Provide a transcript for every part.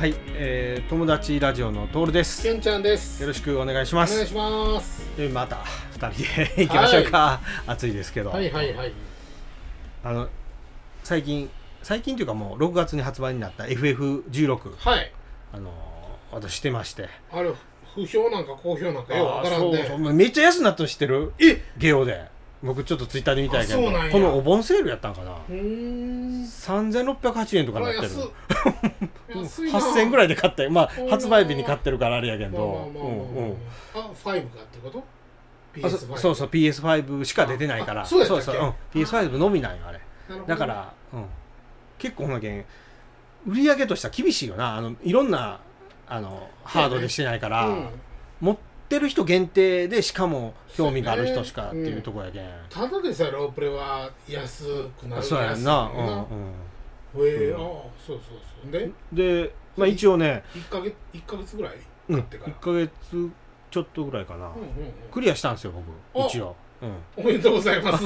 はい、友達ラジオのトールです。 けんちゃんです。 よろしくお願いします。 お願いします。 また2人で行きましょうか、はい、暑いですけど、 はいはいはい、 最近というかもう6月に発売になった FF16、 はい、 私してまして、 あれ不評なんか好評なんかよくわからんね。 そうめっちゃ安くなったの知ってる？ゲオで僕ちょっとツイッターで見たいけど、このお盆セールやったんかな。3680円とかなってる。8000円ぐらいで買ったよ。まあ発売日に買ってるからあれやけど。 あ、5かってこと？ PS5。そうそう PS5 しか出てないから。 そうやったっけ？ PS5 のみなんよあれ。だから、結構ほんまけん売り上げとしては厳しいよな。いろんなハードでしてないから、持ってる人限定で、しかも興味がある人しかっていうところやけん。 ただでさえロープレは安くなる。 そうやんな。 そうそうで、まあ一応ね、 1ヶ月ぐらい買ってから。 1ヶ月ちょっとぐらいかな。クリアしたんですよ僕一応。 おめでとうございます。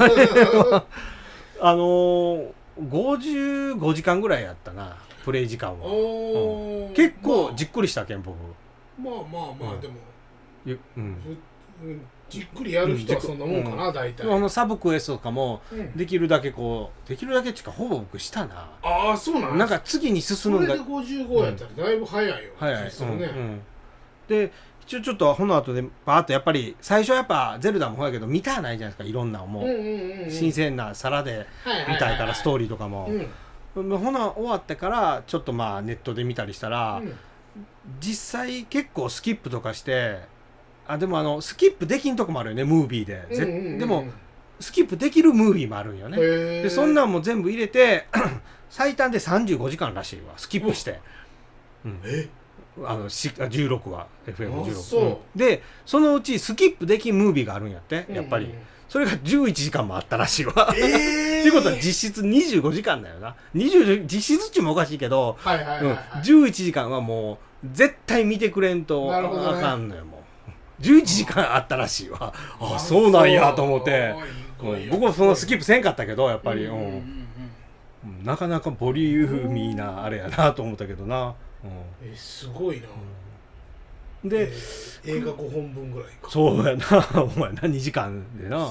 55時間ぐらいやったな、プレイ時間は。結構じっくりしたけん僕。 まあでも、じっくりやる人はそんなもんかな、大体。 サブクエストとかもできるだけこう、できるだけっていうかほぼ僕したな。 ああ、そうなんなんか次に進むんが。 それで55やったらだいぶ早いよ。 早い。で一応ちょっとこの後でバーッとやっぱり最初はやっぱゼルダもそうやけど見たないじゃないですか、いろんなもう新鮮な皿で見たいから、ストーリーとかも。ほな終わってからちょっとまあネットで見たりしたら、実際結構スキップとかして、でもスキップできんとこもあるよね、ムービーで。でもスキップできるムービーもあるんよね。でそんなんも全部入れて最短で35時間らしいわ、スキップして。16は FF16 で、そのうちスキップできんムービーがあるんやって、やっぱり。それが11時間もあったらしいわ。っていうことは実質25時間だよな。実質っちもおかしいけど、11時間はもう絶対見てくれんとあかんのよ。もう11時間あったらしいわ。あ、そうなんやと思って。僕もそのスキップせんかったけど、やっぱりなかなかボリューミーなあれやなと思ったけどな。 すごいな。 で、 映画5本分ぐらいか。 そうやな、お前な、2時間でな。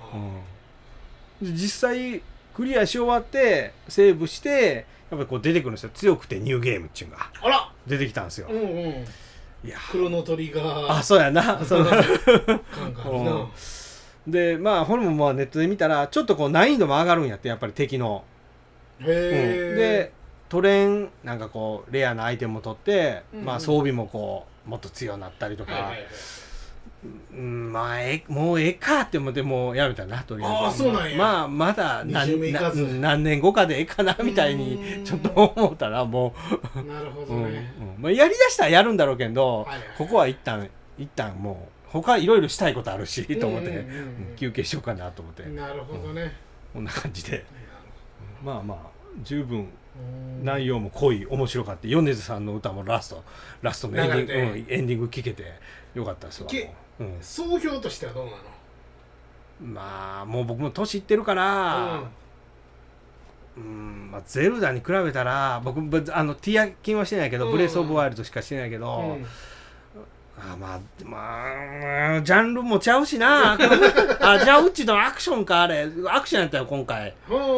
実際クリアし終わってセーブして、やっぱりこう出てくるんですよ、強くてニューゲームっていうのが出てきたんですよ。 いや、クロノトリガー。 あ、そうやな。で、まあこれもまあネットで見たらちょっとこう難易度も上がるんやって、やっぱり敵の。でトレンなんかこうレアなアイテムを取って、まあ装備もこうもっと強くなったりとか、まあもうええかって思ってもうやめたな、とりあえず。まあまだ何年後かでええかなみたいにちょっと思ったら、もうなるほどね。 まあやりだしたらやるんだろうけど、ここは一旦もう他いろいろしたいことあるしと思って休憩しようかなと思って。 なるほどね。 こんな感じで、まあ十分内容も濃い、面白かった。米津さんの歌もラストのエンディング聴けてよかったですわ。 総評としてはどうなの？ まあもう僕も年いってるから、まあ、ゼルダに比べたら僕ティアキンはしてないけど、ブレスオブワイルドしかしてないけど、まあジャンルもちゃうしな。じゃあうちのアクションか、あれアクションやったよ今回。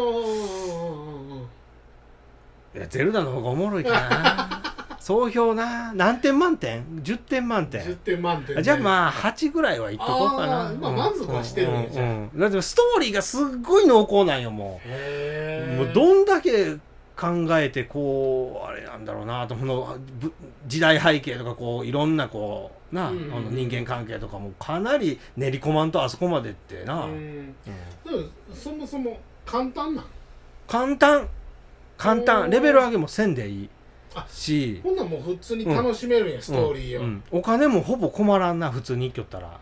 いやゼルダの方がおもろいかな。総評な、何点満点？10点満点。 10点満点。 じゃあまあ8ぐらいはいっとこうかな。 満足はしてるんじゃん。 だってストーリーがすっごい濃厚なんよ、もうどんだけ考えてこうあれなんだろうなと、この時代背景とかこういろんなこうな、人間関係とかもかなり練り込まんとあそこまでってな。 そもそも簡単なの？ 簡単、レベル上げもせんでいいし、 ほんならもう普通に楽しめるんや、ストーリーを。 お金もほぼ困らんな、普通に行きよったら。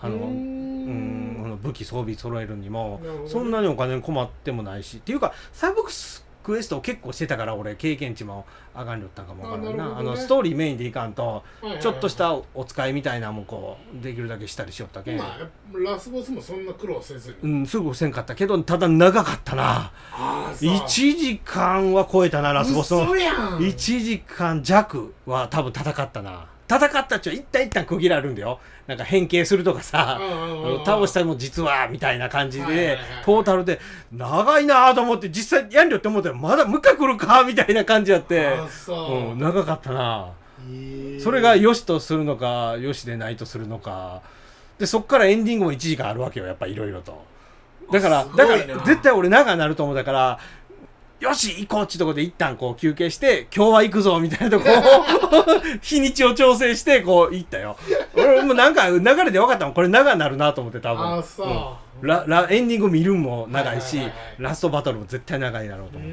武器装備揃えるにもそんなにお金困ってもないし、っていうかサブクエストを結構してたから俺経験値も上がんよったんかもわからんな。 ね、 ストーリーメインでいかんと、ちょっとしたお使いみたいなもこうできるだけしたりしよったけん、 ラスボスもそんな苦労せずにすぐせんかったけど、ただ長かったな。1時間は超えたなラスボスの。1時間弱は多分戦ったな。戦ったっちゃ一旦区切られるんだよ。なんか変形するとかさ、倒したりも実はみたいな感じで、トータルで長いなと思って、実際やんりょって思ったらまだもう一回来るかみたいな感じやって、長かったな。それがよしとするのかよしでないとするのかで、そっからエンディングも1時間あるわけよ、やっぱりいろいろと。だから絶対俺長なると思う。だからよし行こうっちゅうとこで一旦こう休憩して今日は行くぞみたいなとこを日にちを調整してこう行ったよ。俺もなんか流れで分かったもん、これ長なるなと思って。多分エンディング見るんも長いし、ラストバトルも絶対長いだろうと思って、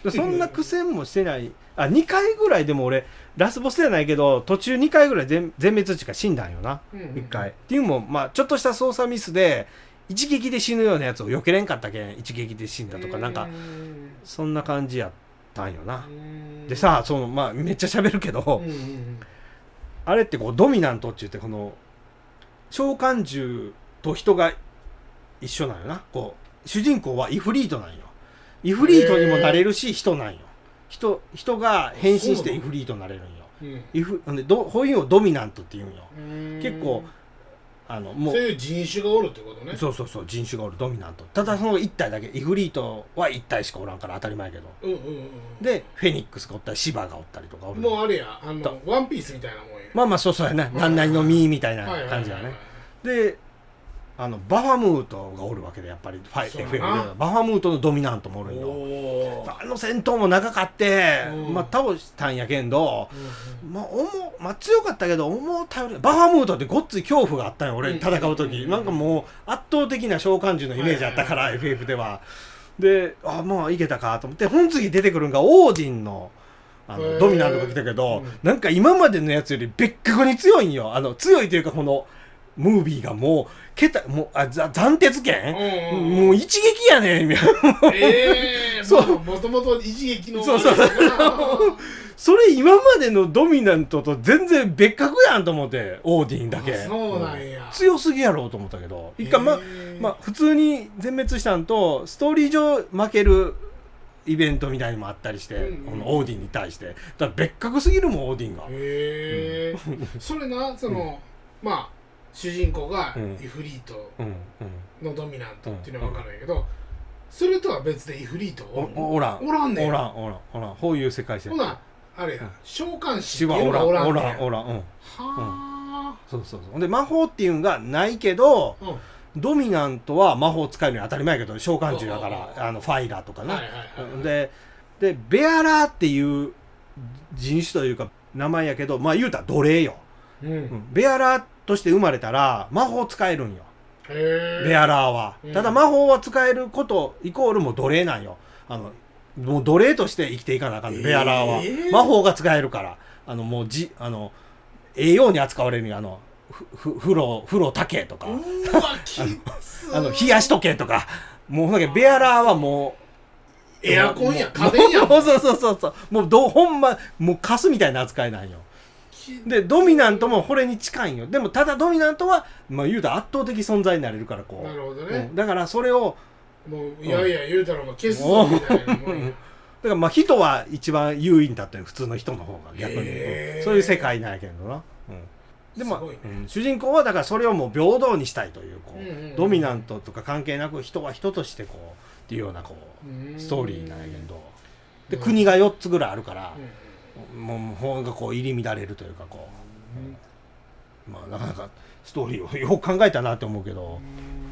そんな苦戦もしてない。2回ぐらいでも俺ラスボスじゃないけど途中2回ぐらい全滅っていうか死んだんよな、1回っていうのもまあちょっとした操作ミスで一撃で死ぬようなやつを避けれんかったけん一撃で死んだとか、なんかそんな感じやったんよな。でさ、まあめっちゃ喋るけど、あれってこうドミナントって言ってこの召喚獣と人が一緒なんよな。こう主人公はイフリートなんよ。イフリートにもなれるし人なんよ。人が変身してイフリートになれるんよ。こういうのをドミナントって言うんよ。結構もうそういう人種がおるってことね。 そう人種がおるドミナント。ただその1体だけ、イフリートは1体しかおらんから当たり前やけど、でフェニックスがおったりシバがおったりとかおる。 もうあれやワンピースみたいなもんや。 まあそうやね、何々の実みたいな感じだね。でバファムートがおるわけで、やっぱり FF でバファムートのドミナントもおるんよ。戦闘も長かって、まあ倒したんやけんど、まあ強かったけど思ったよりバファムートってごっつい恐怖があったんよ俺戦う時。なんかもう圧倒的な召喚獣のイメージあったから、FF では。でもういけたかと思って、本次出てくるんがオーディンのドミナントが来たけど、なんか今までのやつより別格に強いんよ。強いというかこのムービーがもう斬鉄剣、もう一撃やねんみたいな。 もともと一撃のそれ今までのドミナントと全然別格やんと思って、オーディンだけそうなんや、 強すぎやろうと思ったけど、一回まあ普通に全滅したんと、ストーリー上負けるイベントみたいにもあったりして、このオーディンに対してだから別格すぎるもんオーディンが。 それな、まあ主人公がイフリートのドミナントっていうのは分かるんやけど、それとは別でイフリートおらんねん。 こういう世界線。 ほなあれや、召喚師っていうのがおらんねん。はあ。そうで魔法っていうんがないけど、ドミナントは魔法使えるのは当たり前やけど召喚獣だから、ファイラーとかな。でベアラーっていう人種というか名前やけど、まあ言うたら奴隷よ。ベアラーとして生まれたら魔法使えるんよ、ベアラーは。ただ魔法は使えることイコールもう奴隷なんよ。もう奴隷として生きていかなあかんの、ベアラーは。魔法が使えるから、もう栄養に扱われるんよ。風呂炊けとか冷やしとけとか。もうだけベアラーはもうエアコンや家電やそうもうほんまもうカスみたいな扱いなんよ。でドミナントもこれに近いんよ。でもただドミナントは、まあ、言うたら圧倒的存在になれるからこう。 なるほどね。だからそれをもういや言うたら消すぞみたいなもんや。 だからまあ人は一番優位に立ってる、普通の人の方が逆に、そういう世界なんやけどな。でも、主人公はだからそれをもう平等にしたいという、ドミナントとか関係なく人は人としてこうっていうようなストーリーなんやけど、で国が4つぐらいあるから、もう法がこう入り乱れるというかまあなかなかストーリーをよく考えたなって思うけど、 も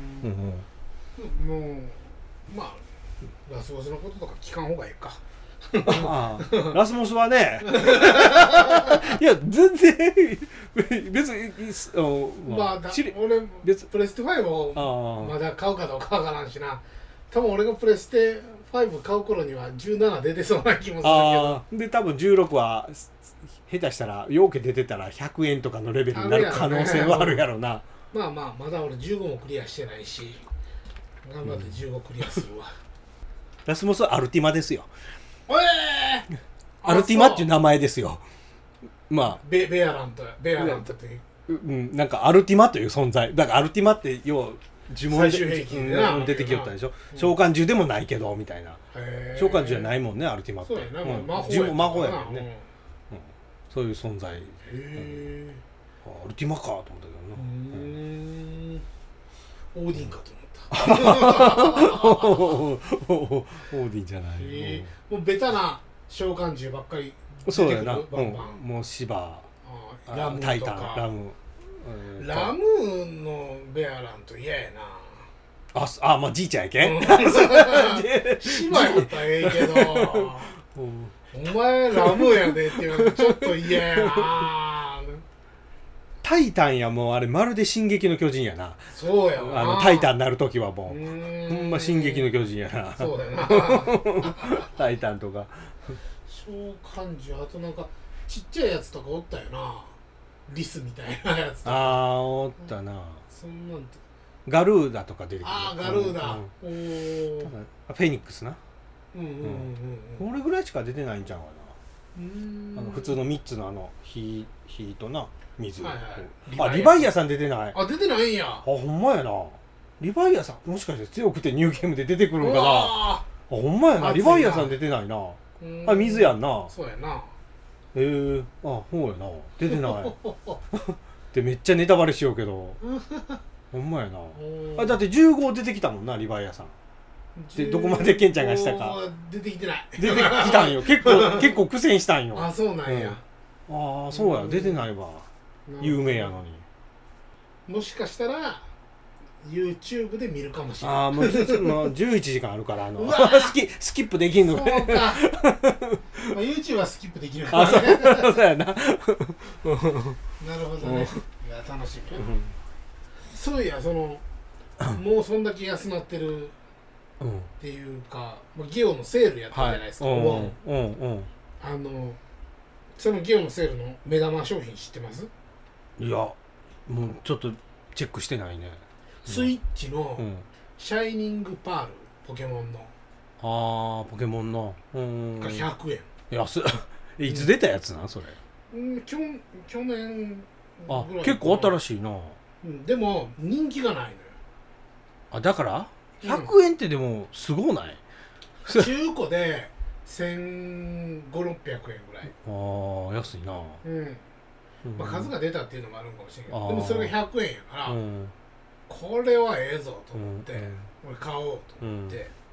うまあラスボスのこととか聞かん方がいいか。 ラスボスはねいや全然別にまあ俺プレステ5をまだ買うかどうかわからんしな。多分俺がプレステ5買う頃には17出てそうな気もするけど、 で多分16は下手したらようけ出てたら100円とかのレベルになる可能性はあるやろな。 まあまだ俺15もクリアしてないし、頑張って15クリアするわ。 ラスボスはアルティマですよ。アルティマっていう名前ですよ。まあベアラントってなんかアルティマという存在だから、アルティマって要呪文で出てきよったでしょ。召喚獣でもないけどみたいな。召喚獣じゃないもんね、アルティマって。魔法やもんね。そういう存在。アルティマかと思ったけどな。 オーディンかと思った。 オーディンじゃない。 もうベタな召喚獣ばっかり。 そうだよな。もうシバ、タイタン、ラム。 ラムのベアラント嫌やな。まあじいちゃんやけん。 シバやったらええけど、お前ラムやでって言われてちょっと嫌やな。 タイタンや、もうあれまるで進撃の巨人やな。 そうやな。 タイタンになるときはもうほんま進撃の巨人やな。 そうやな。 タイタンとか召喚獣、あとなんかちっちゃいやつとかおったよな。リスみたいなやつとか。 おったな。 そんなんてガルーダとか出てくる。 ガルーダ、 フェニックスな。これぐらいしか出てないんちゃうかな。普通の3つの火とな、水。リヴァイアさん出てない。 出てないんや。 ほんまやな。リヴァイアさんもしかして強くてニューゲームで出てくるんかな。ほんまやな。リヴァイアさん出てないな。水やんな。 そうやな。 そうやな。出てないで、めっちゃネタバレしようけどほんまやな。だって15出てきたもんな、リヴァイアさんで。どこまでケンちゃんがしたか。 出てきてない。 出てきたんよ。結構苦戦したんよ。 そうなんや。 そうや、出てないわ。有名やのに。 もしかしたらYouTube で見るかもしれない。 もう11時間あるからスキップできんの。 そうか。YouTube はスキップできるからね。そうやな。 なるほどね。いや楽しみ。そういや、もうそんだけ安なってるっていうか、ゲオのセールやったじゃないですか。そのゲオのセールの目玉商品知ってます？ いや、もうちょっとチェックしてないね。 スイッチのシャイニングパール、ポケモンの。 ポケモンのが100円。 安い。いつ出たやつなそれ。 去年ぐらい。 結構新しいな。 でも人気がないのよ。 だから100円ってでもすごない？ 中古で1500、600円ぐらい。 安いな。 数が出たっていうのもあるかもしれないけど、でもそれが100円やから、これはええぞと思って、俺買おうと思って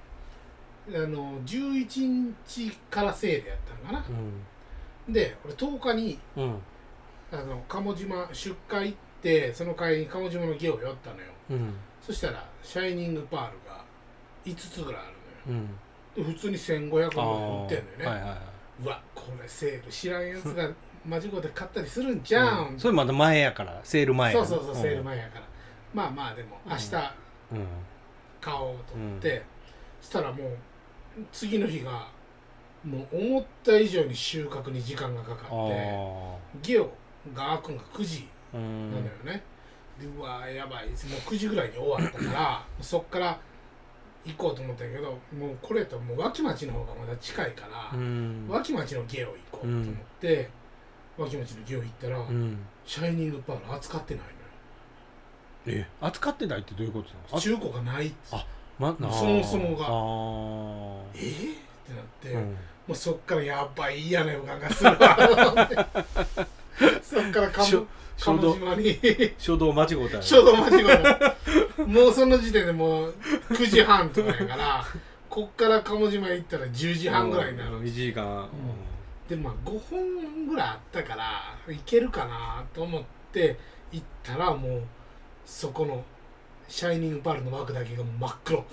、11日からセールやったんかな。で俺10日に鴨島出荷行って、その帰りに鴨島のゲオ寄ったのよ。そしたらシャイニングパールが5つぐらいあるのよ。で普通に1500円ぐらい売ってんのよね。うわ、これセール知らんやつがマジコで買ったりするんじゃん。 それまだ前やから、セール前や。 そうセール前やから。まあでも明日買おうと思って、そしたらもう次の日がもう思った以上に収穫に時間がかかって、ゲオが開くんが9時なのよね。でうわやばい、もう9時ぐらいに終わったからそっから行こうと思ったけど、もうこれともう脇町の方がまだ近いから、脇町のゲオ行こうと思って、脇町のゲオ行ったら、シャイニングパール扱ってないのよ。 扱ってないってどういうことなの？ 中古がないって。そもそもがってなって、もうそっからやばい嫌な予感がするわと思ってそっから鴨島に初動間違うた。 もうその時点でもう9時半とかやからこっから鴨島行ったら10時半ぐらいになる。 1時間、 で5本ぐらいあったからいけるかなと思って行ったら、もうそこのシャイニングパールのマークだけが真っ黒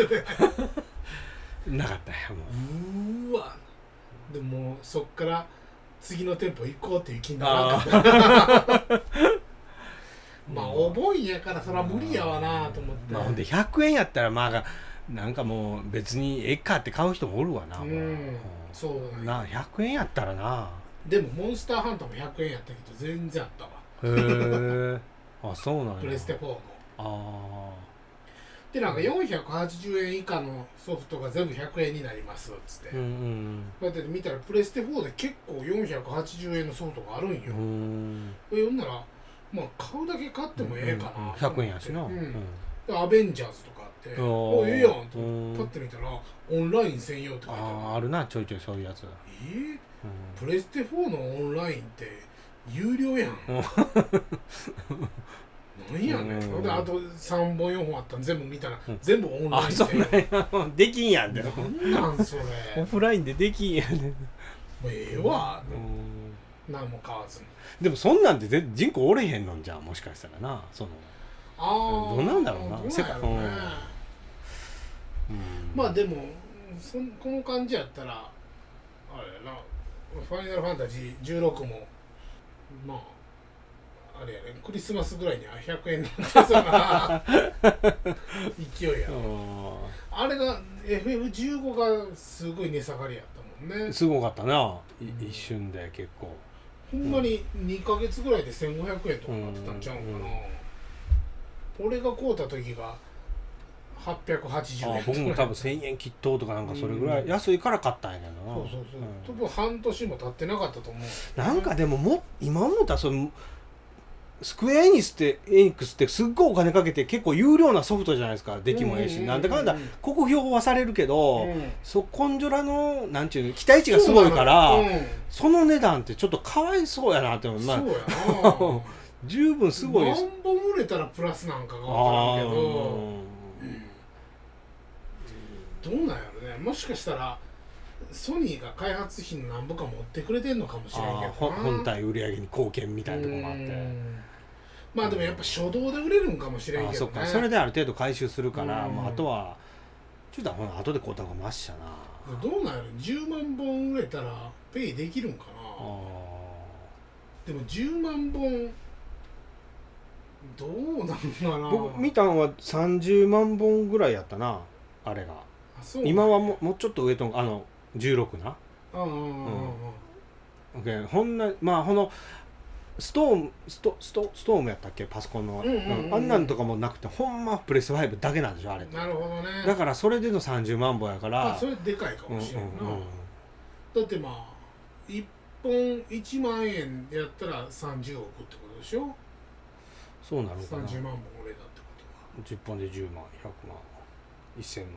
なかったよもう。うわ、でもそっから次の店舗行こうっていう気にならなかったまあお盆やからそら無理やわなと思って、 ほんで100円やったらなんかもう別にええかって買う人もおるわな。 そうだな、100円やったらな。 でもモンスターハンターも100円やったけど全然あったわ。 へえそうなんや。 プレステ4のでなんか480円以下のソフトが全部100円になりますっつって、こうやって見たらプレステ4で結構480円のソフトがあるんよ。読んだらまあ買うだけ買ってもええかな、 100円やしな、 アベンジャーズとかあっておええやんとパッて見たらオンライン専用って書いてあるな、ちょいちょいそういうやつ。 プレステ4のオンラインって有料やん何やねん。であと3本4本あったん全部見たら全部オンライン専用。できんやんで。 なんそれオフラインでできんやねん。もうええわ何も買わずに。 でもそんなんで人口おれへんのんじゃん、もしかしたらな。そのどうなんだろうな。 まあでもこの感じやったらあれやな、ファイナルファンタジー16もまああれやね、クリスマスぐらいには100円なんてそうな勢いやな。あれが FF15 がすごい値下がりやったもんね。 すごかったな、一瞬で結構。 ほんまに2ヶ月ぐらいで1500円とかなってたんちゃうんかな。俺が買うた時が880円。 僕も多分1000円切っとかなんかそれぐらい安いから買ったんやけどな。 そう多分半年も経ってなかったと思う。 なんかでも今思ったらスクエアエニックスってすっごいお金かけて結構有料なソフトじゃないですか。出来もええし、なんだかんだ酷評はされるけど、コンジョラのなんていうの期待値がすごいから、その値段ってちょっとかわいそうやなって思う。 そうやな十分すごい。 何本売れたらプラスなんかが分からんけど、どうなんやろね。もしかしたらソニーが開発費の何ぼか持ってくれてんのかもしれんけどな。 本体売り上げに貢献みたいなところもあって、 まあでもやっぱ初動で売れるんかもしれんけどね。 それである程度回収するから、あとはちょっと後で買うた方がマシやな。 どうなんやろ。10万本売れたらペイできるんかな。でも10万本どうなんかな。 僕見たんは30万本ぐらいやったな、あれが。今はもうちょっと上と16な。ほんなまあストームやったっけ、パソコンの、あんなんとかもなくてほんまプレス5だけなんでしょあれ。 なるほどね。 だからそれでの30万本やから、 それでかいかもしれんな。だってまあ1本1万円やったら30億ってことでしょ。 そうなのかな。 30万本売れたってことは 10本で10万100万1000万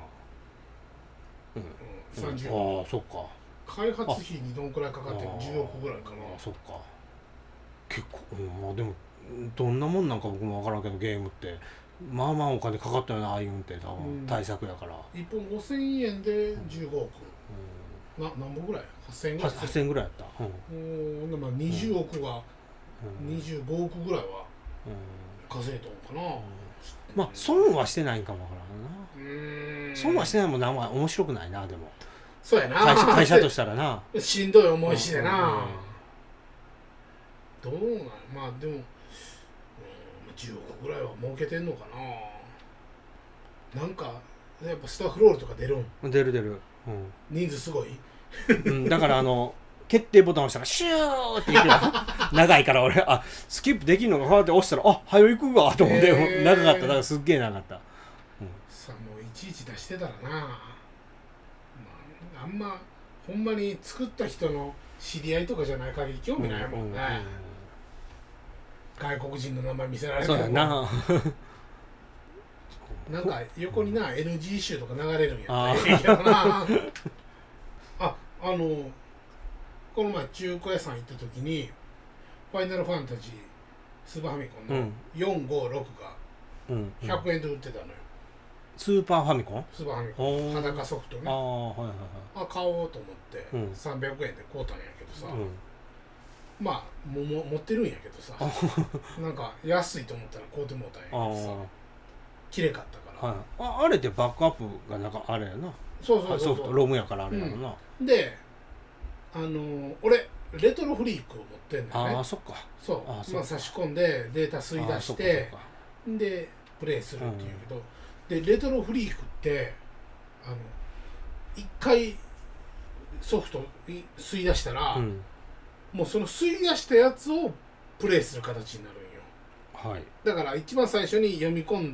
30億。 ああそっか。 開発費にどんくらいかかってるの。10億ぐらいかな。 そっか。結構まあでもどんなもんなんか僕も分からんけど、ゲームってまあまあお金かかったよな、ああいうんって多分対策やから。 1本5000円で15億、何本ぐらい？8000円ぐらい ？8000円ぐらいやった。 まあ20億が25億ぐらいは稼いとんかな。 まあ損はしてないんかもわからんな。損はしてないもんな。面白くないな。でもそうやな、 会社としたらなしんどい思いしてな。どうなん。まあでも10億ぐらいは儲けてんのかな。なんかやっぱスタッフロールとか出るん。 出る、 人数すごいだから決定ボタン押したらシューっていく長いから俺スキップできるのが変わって押したら早行くわと思って長かった。だからすっげえ長かった、 さあもういちいち出してたらな、あんまほんまに作った人の知り合いとかじゃない限り興味ないもんね。外国人の名前見せられても。そうやななんか横にな NG 集とか流れるんやったらいいけどなこの前中古屋さん行った時にファイナルファンタジースーパーファミコンの456が100円で売ってたのよ。 スーパーファミコン？ スーパーファミコン裸ソフトね。買おうと思って300円で買うたんやけどさ、まあ持ってるんやけどさなんか安いと思ったら買うてもうたんやけどさ、きれかったから。 あれってバックアップがなんかあれやな。 そうソフトロムやからあれやろな。 で俺レトロフリークを持ってんだよね。 そっか。 そうまあ差し込んでデータ吸い出してでプレイするっていうけど、でレトロフリークって一回ソフト吸い出したら、もうその吸い出したやつをプレイする形になるんよ。だから一番最初に読み込んだ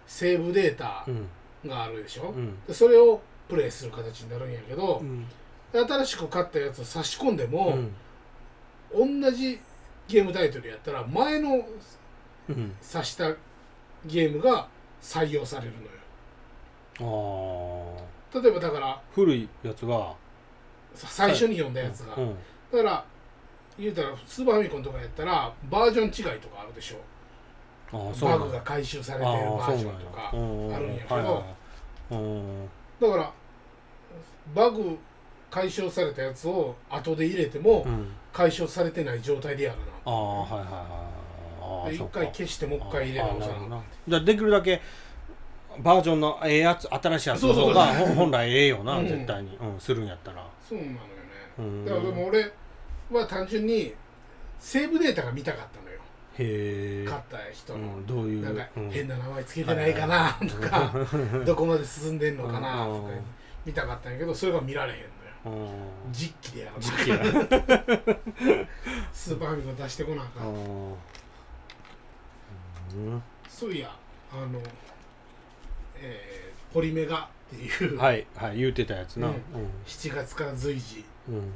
セーブデータがあるでしょ、でそれをプレイする形になるんやけど、新しく買ったやつを差し込んでも、同じゲームタイトルやったら前の差したゲームが採用されるのよ。例えばだから古いやつが最初に読んだやつが、だから言うたらスーパーファミコンとかやったらバージョン違いとかあるでしょ。バグが回収されてるバージョンとかあるんやけど、だからバグ解消されたやつを後で入れても解消されてない状態でやるな。一回消してもう一回入れ直さな。 じゃあできるだけバージョンのやつ、新しいやつの方が本来ええよな、絶対に、するんやったら。 そうなのよね。だからでも俺は単純にセーブデータが見たかったのよ。 へえ。 買った人の、 どういうなんか変な名前つけてないかなとか、どこまで進んでんのかなとか見たかったんやけど、それが見られへんのよ。実機でやる。スーパーファミコン出してこなあかん。そういやポリメガっていうはいはい言うてたやつな、 7月から随時、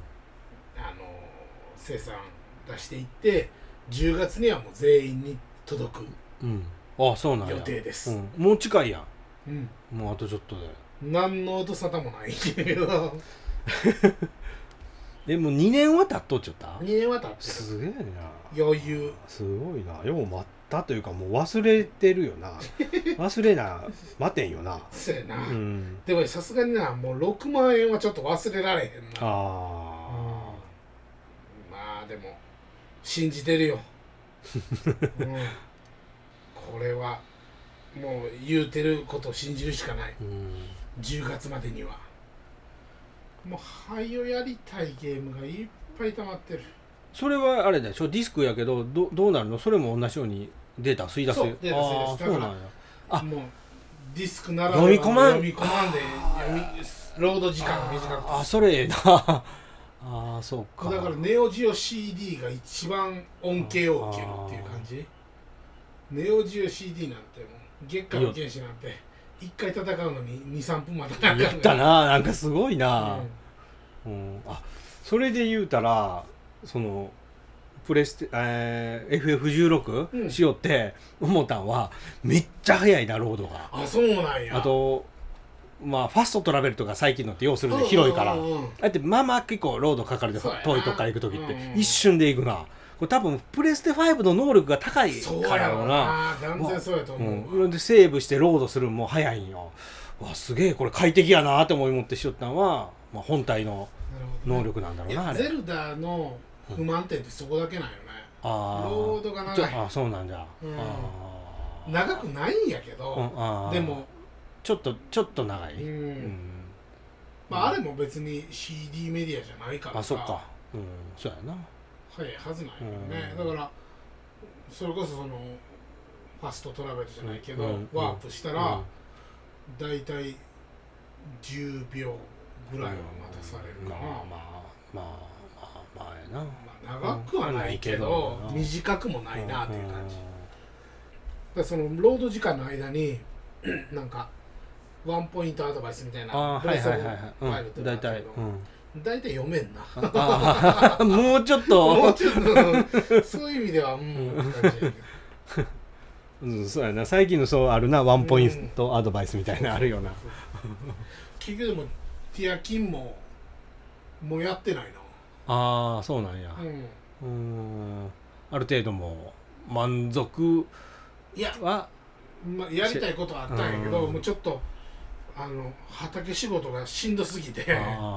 生産出していって10月にはもう全員に届く、 ああそうなんや予定です、 もう近いやん、もうあとちょっとで何の音沙汰もないけどでも2年は経っとっちゃった。 2年は経ってる。 すげえな、 余裕。 すごいな。よう待ったというかもう忘れてるよな忘れな待てんよな。 そうやな、でもさすがになもう6万円はちょっと忘れられへんな。まあでも信じてるよ、これはもう言うてることを信じるしかない、10月までには。もうはよやりたいゲームがいっぱい溜まってる。 それはあれでしょ、ディスクやけど どうなるの。それも同じようにデータ吸い出す。 そうデータ吸い出す。だからもうディスクなら読み込まんでロード時間が短くて、 それええなそうか。 だからネオジオ CD が一番恩恵を受けるっていう感じ。ネオジオ CD なんてもう月下の剣士なんて1回戦うのに 2,3 分待たなやったな。なんかすごいな、それで言うたらそのプレステ、FF16、しよって思ったんはめっちゃ早いなロードが。 そうなんや。 あとまあファストトラベルとか最近のって要するに広いから、だってまあまあ結構ロードかかるで、遠いとこから行く時って一瞬で行くな。これ多分プレステ5の能力が高いからだな。 断然そうやと思う。でセーブしてロードするのも早いんよ。わすげえこれ快適やなって思ってしよったんは、本体の能力なんだろうな。あれゼルダの不満点ってそこだけなんよね。ロードが長い。 そうなんじゃ。 長くないんやけど、でもちょっと長い。 あれも別に CD メディアじゃないからさ。 そっか。そうやな。 早いはずなんやけどね。だからそれこそそのファストトラベルじゃないけど、ワープしたらだいたい10秒ぐらいは待たされるかな。 まあやな。 長くはないけど短くもないなっていう感じ。だそのロード時間の間になんかワンポイントアドバイスみたいなブレスオブファイルってのがあったけど、大体読めんな。 もうちょっとそういう意味では感じ。そうやな。最近のそうあるな、ワンポイントアドバイスみたいなあるよな。 結局でもティアキンもうやってないな。 そうなんや。ある程度も満足はやりたいことはあったんやけど、もうちょっと畑仕事がしんどすぎて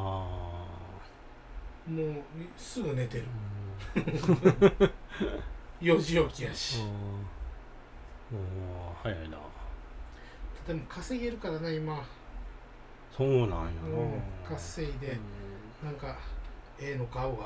もうすぐ寝てる。4時起きやし。 早いな。 でも稼げるからな今。 そうなんやな。 稼いでなんかの買うわ。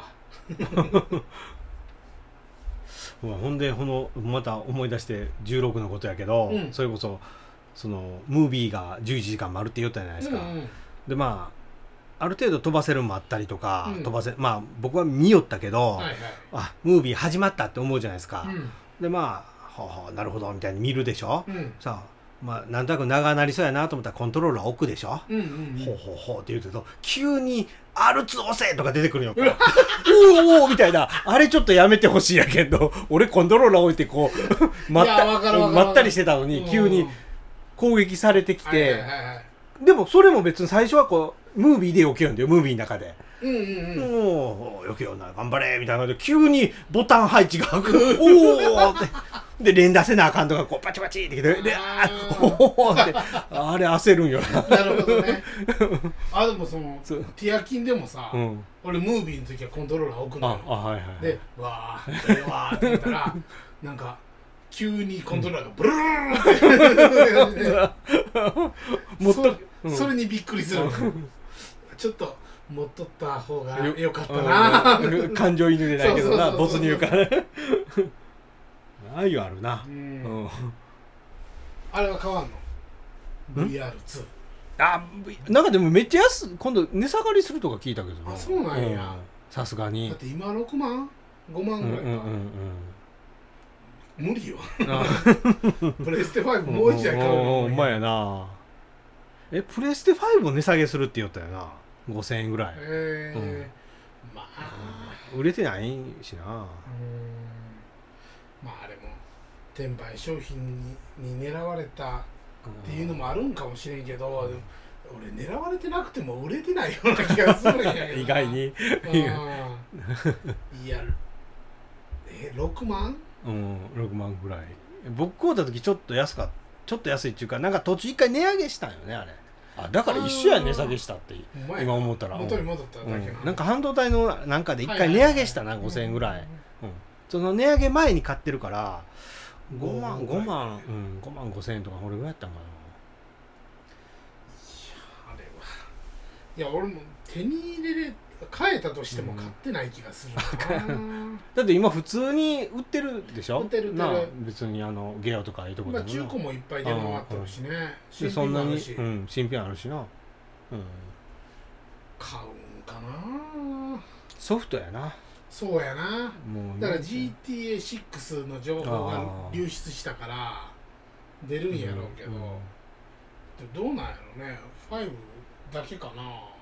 ほんでまた思い出して16のことやけど、それこそそのムービーが11時間もあるって言ったじゃないですか。である程度飛ばせるのもあったりとか、僕は見よったけど、ムービー始まったって思うじゃないですか。でなるほどみたいに見るでしょ。さあまあなんとなく長なりそうやなと思ったらコントローラー置くでしょ、ほうほうほうって言うてると急に R2 押せとか出てくるよおおみたいな、あれちょっとやめてほしいやけど、俺コントローラー置いてこうまったりしてたのに急に攻撃されてきて、でもそれも別に最初はこうムービーで避けようんだよ、ムービーの中で。もう避けような頑張れみたいな感じで急にボタン配置がおおってで連打せなあかんとかこうパチパチってきてでおおってあれ焦るんよなるほどね。あでもそのティアキンでもさ、俺ムービーの時はコントローラー置くのよ。でわーわーって言ったらなんか急にコントローラーがブルーンってもっとそれにびっくりする。ちょっと持っとった方が良かったな。 感情移入でないけどな、没入感。ああいうあるな。 あれは変わんの ?VR2。 なんかでもめっちゃ今度値下がりするとか聞いたけどな。 あ、そうなんや。 さすがに。 だって今6万 ?5 万ぐらいか。無理よ。プレステ5もう一台買うの。 ほんまやな。プレステ5を値下げするって言ったよな。5000円ぐらい。 まあ売れてないしな。 まああれも転売商品に狙われたっていうのもあるんかもしれんけど、俺狙われてなくても売れてないような気がするんやけど意外に。 いや6万 ？6万ぐらい。僕買うた時ちょっと安いっていうか、なんか途中一回値上げしたんよねあれ。だから一緒や値下げしたって今思ったら元に戻っただけなんか半導体のなんかで一回値上げしたな、5000円ぐらい。その値上げ前に買ってるから5万5000円とかこれぐらいやったんかな。いや俺も手に入れ買えたとしても買ってない気がするな。 だって今普通に売ってるでしょ。 売ってる別にゲオとかああいうとこでも中古もいっぱい出回ってるしね。 そんなに新品あるしな。 買うんかな。 ソフトやな。 そうやな。だから GTA6 の情報が流出したから出るんやろうけど、どうなんやろね。5だけかな。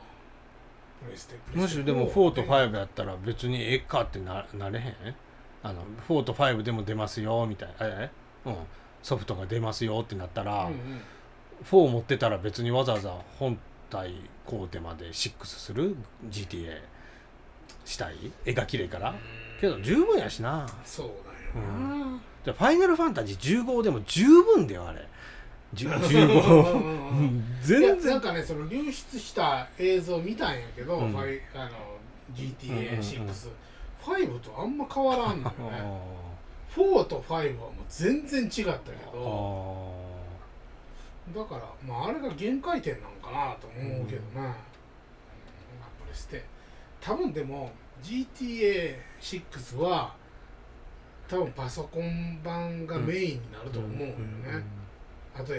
もしでも4と5やったら別にええかってなれへん。4と5でも出ますよみたいな、ソフトが出ますよってなったら、4持ってたら別にわざわざ本体買うてまで6する GTA したい。絵が綺麗からけど十分やしな。 そうだよな。 じゃあファイナルファンタジー15でも十分だよあれ。15 全然なんかね、その流出した映像見たんやけど、GTA6、5とあんま変わらんのよね。4と5はもう全然違ったけど、だからまああれが限界点なんかなと思うけどね。プレステ多分でも GTA6 は多分パソコン版がメインになると思うよね。あと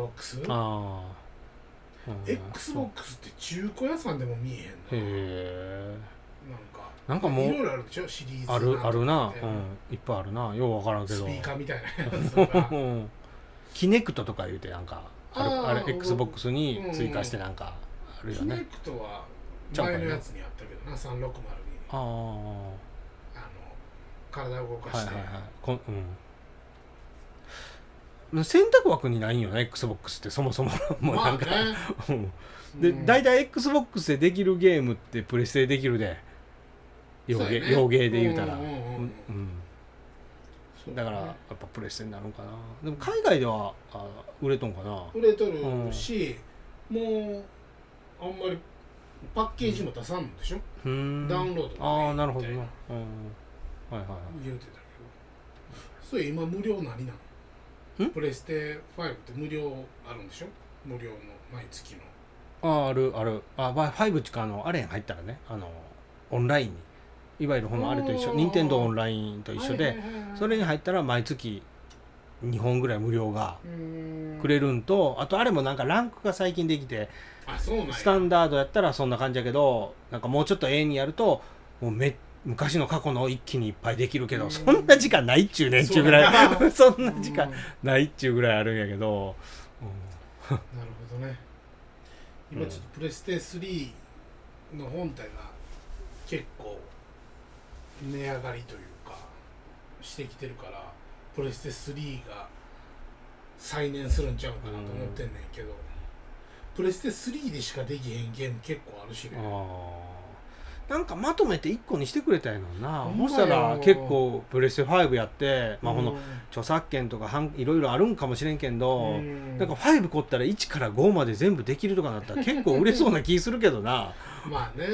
XBOX。XBOX って中古屋さんでも見えへんな。なんかもういろいろあるでしょ、シリーズあるな、いっぱいあるな。ようわからんけどスピーカーみたいなやつとかキネクトとか言うてなんかあれ XBOX に追加してなんかあるよね。 キネクトは前のやつにあったけどな、360に体を動かして、 選択枠にないんよね XBOX ってそもそも。もうなんか、で大体 XBOX でできるゲームってプレステでできるで、洋芸で言うたら、だからやっぱプレステになるんかな。でも海外では売れとんかな。 売れとるし、もうあんまりパッケージも出さんのでしょ、ダウンロードああなるほどな、はいはい言うてたけど、それ今無料何なの？プレステ5って無料あるんでしょ？無料の毎月の。 ある5かあれ入ったらね、オンラインにいわゆるあれと一緒、任天堂オンラインと一緒で、それに入ったら毎月2本ぐらい無料がくれるんと、あとあれもなんかランクが最近できて、スタンダードやったらそんな感じやけど、なんかもうちょっとにやるともう昔の過去の一気にいっぱいできるけど、そんな時間ないっちゅうねんちゅうぐらいそんな時間ないっちゅうぐらいあるんやけど、 なるほどね。今ちょっとプレステ3の本体が結構値上がりというかしてきてるから、プレステ3が再燃するんちゃうかなと思ってんねんけど、プレステ3でしかできへんゲーム結構あるしね。 なんかまとめて1個にしてくれたやのな。そしたら結構プレステ5やって、まあこの著作権とかいろいろあるんかもしれんけど、なんか5買ったら1から5まで全部できるとかなったら結構売れそうな気するけどな。 まあね、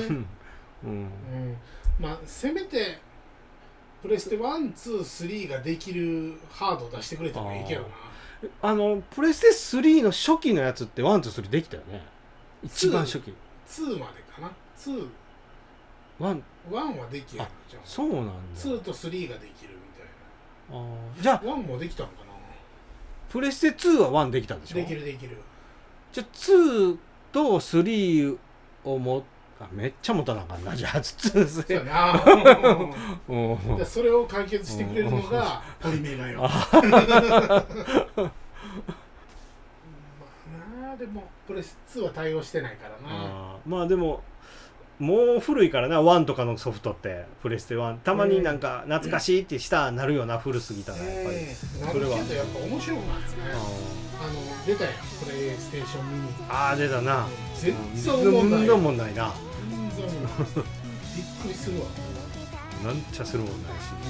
まあせめてプレステ1、2、3ができるハードを出してくれた方がいいけどな。 プレステ3の初期のやつって1、2、3できたよね。一番初期 2までかな。1はできへんじゃん。 そうなんだ。 2と3ができるみたいな。 じゃあ 1もできたのかな。 プレステ2は1できたんでしょ。 できる。 じゃあ2と3をめっちゃ持たなあかんな。じゃあ2 そうやな。それを解決してくれるのがポリメガよ。まあな、でもプレス2は対応してないからな。 まあでももう古いからな、1とかのソフトってプレステ1たまになんか懐かしいってしたなるよな、古すぎたらやっぱり。 それはやっぱ面白くないよね。出たやん、プレイステーションミニ。 出たな。 全然おもんないな。 びっくりするわ。 なんちゃするもんないし。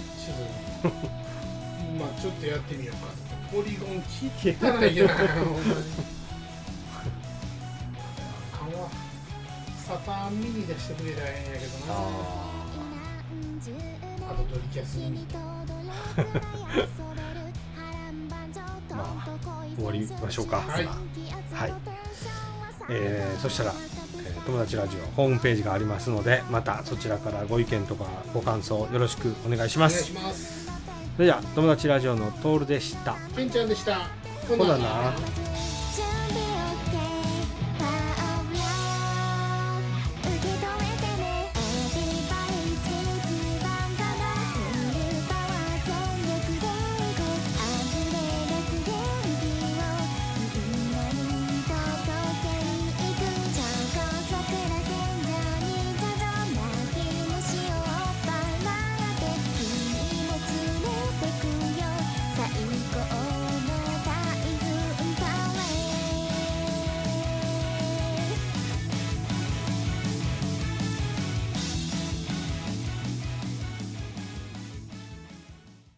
まあちょっとやってみようか。ポリゴン切ったらいけない。サターンミニ出してくれたらええんやけどな。あとドリキャスミニ。 まあ終わりましょうか。はい。そしたら、友達ラジオホームページがありますので、またそちらからご意見とかご感想よろしくお願いします。それでは友達ラジオのトールでした。 ケンちゃんでした。 ほなな。